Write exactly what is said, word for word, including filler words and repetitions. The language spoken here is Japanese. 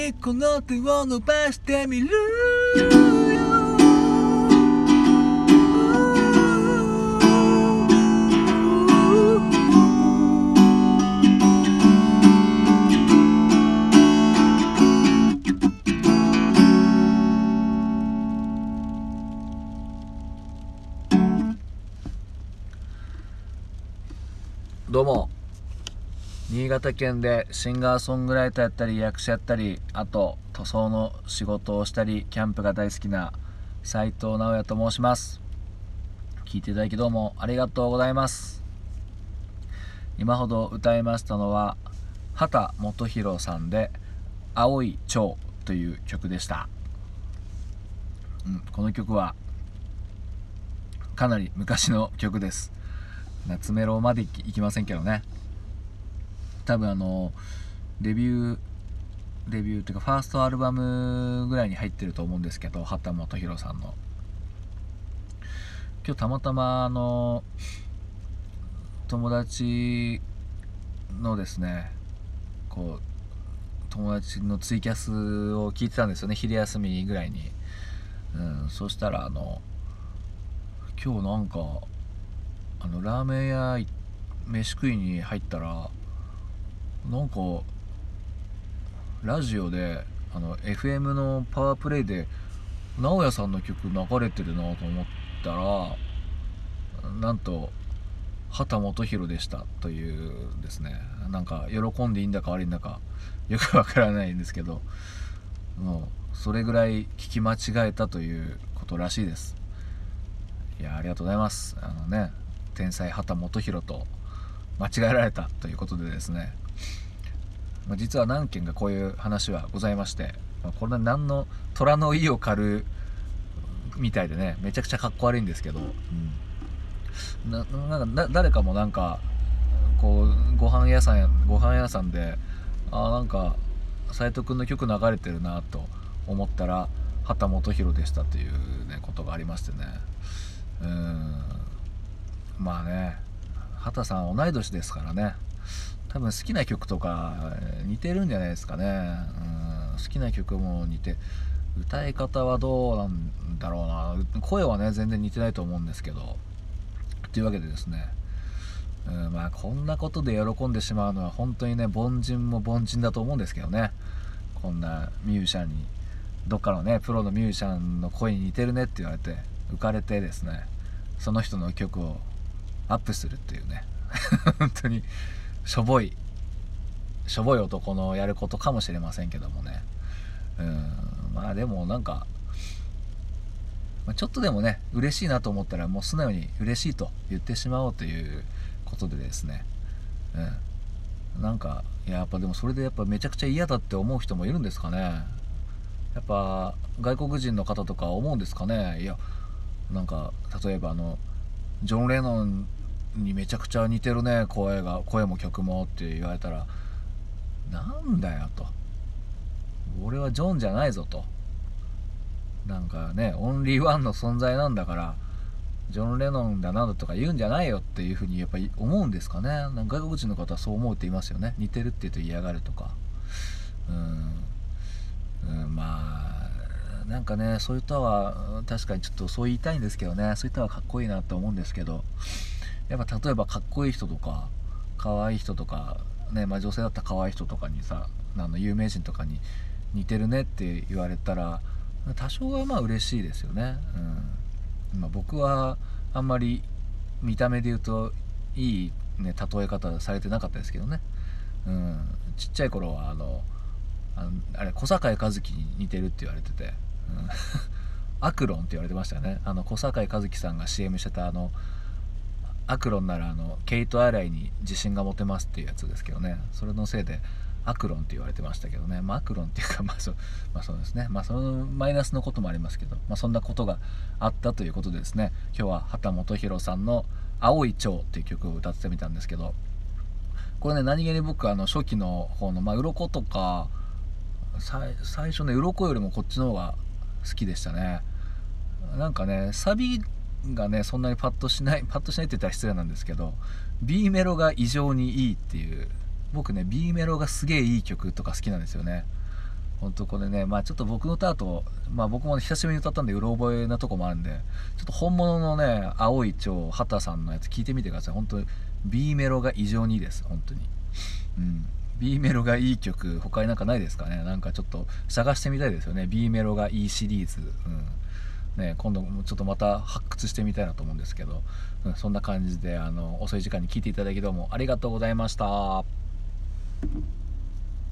にこの手を伸ばしてみるよ。どうも、新潟県でシンガーソングライターやったり役者やったり、あと塗装の仕事をしたりキャンプが大好きな斉藤直也と申します。聞いていただきどうもありがとうございます。今ほど歌いましたのは秦基博さんで青い蝶という曲でした。うん、この曲はかなり昔の曲です。夏メロまでいきませんけどね。多分あのデビューデビューっていうかファーストアルバムぐらいに入ってると思うんですけど、秦基博さんの。今日たまたまあの友達のですね、こう友達のツイキャスを聞いてたんですよね、昼休みぐらいに。うん、そしたらあの今日なんかあのラーメン屋飯食いに入ったら、なんかラジオであの エフエム のパワープレイで直哉さんの曲流れてるなと思ったら、なんと秦基博でしたというですね。なんか喜んでいいんだか悪いんだかよくわからないんですけど、もうそれぐらい聞き間違えたということらしいです。いや、ありがとうございます。あのね、天才秦基博と間違えられたということでですね、実は何件かこういう話はございまして、これは何の虎の意を狩るみたいでね、めちゃくちゃかっこ悪いんですけど、うん、ななんか誰かもなんかこうご飯屋さんご飯屋さんで、あなんか斉藤君の曲流れてるなと思ったら秦基博でしたという、ね、ことがありましてね。うーんまあね、秦さん同い年ですからね、多分好きな曲とか似てるんじゃないですかね。うん、好きな曲も似て、歌い方はどうなんだろうな、声はね全然似てないと思うんですけど、というわけでですね、うん、まあこんなことで喜んでしまうのは本当にね、凡人も凡人だと思うんですけどね。こんなミュージシャンに、どっかのねプロのミュージシャンの声に似てるねって言われて浮かれてですね、その人の曲をアップするっていうね本当にしょぼいしょぼい男のやることかもしれませんけどもね。うん、まあでもなんかちょっとでもね嬉しいなと思ったらもう素直に嬉しいと言ってしまおうということでですね、うん、なんかやっぱでもそれでやっぱめちゃくちゃ嫌だって思う人もいるんですかね。やっぱ外国人の方とか思うんですかね。いやなんか例えばあのジョン・レノンにめちゃくちゃ似てるね、声が声も曲もって言われたら、なんだよと、俺はジョンじゃないぞと、なんかねオンリーワンの存在なんだからジョン・レノンだなんだとか言うんじゃないよっていうふうにやっぱり思うんですかね。なんか外国人の方はそう思うって言いますよね。似てるって言うと嫌がるとか。うん、うん、まあなんかね、そういう歌は確かにちょっとそう言いたいんですけどね、そういう歌はかっこいいなと思うんですけど、やっぱ例えばかっこいい人とか可愛い人とかね、まあ、女性だったら可愛い人とかにさ、あの有名人とかに似てるねって言われたら多少はまあ嬉しいですよね。うん、まあ、僕はあんまり見た目で言うといい、ね、例え方されてなかったですけどね。うん、ちっちゃい頃はあのあのあれ小堺一機に似てるって言われてて、うん、アクロンって言われてましたよね。あの小堺一機さんが シーエム してたあのアクロンならあの毛糸洗いに自信が持てますっていうやつですけどね、それのせいでアクロンって言われてましたけどね。まあアクロンっていうかまあそう、まあ、そうですね、まあそのマイナスのこともありますけど、まあそんなことがあったということでですね、今日は秦基博さんの青い蝶っていう曲を歌ってみたんですけど、これね何気に僕あの初期の方のまあ鱗とか最最初ね鱗よりもこっちの方が好きでしたね。なんかねサビがねそんなにパッとしないパッとしないって言ったら失礼なんですけど、 B メロが異常にいいっていう、僕ね B メロがすげえいい曲とか好きなんですよね。 本当これね、まあちょっと僕の歌と、まあ僕も久しぶりに歌ったんでうろ覚えなとこもあるんで、ちょっと本物のね青い蝶畑さんのやつ聞いてみてください。本当に B メロが異常にいいです。本当に。うん、B メロがいい曲他になんかないですかね。なんかちょっと探してみたいですよね。 B メロがいいシリーズ、うんね、今度もちょっとまた発掘してみたいなと思うんですけど、うん、そんな感じであの遅い時間に聞いていただきどうもありがとうございました。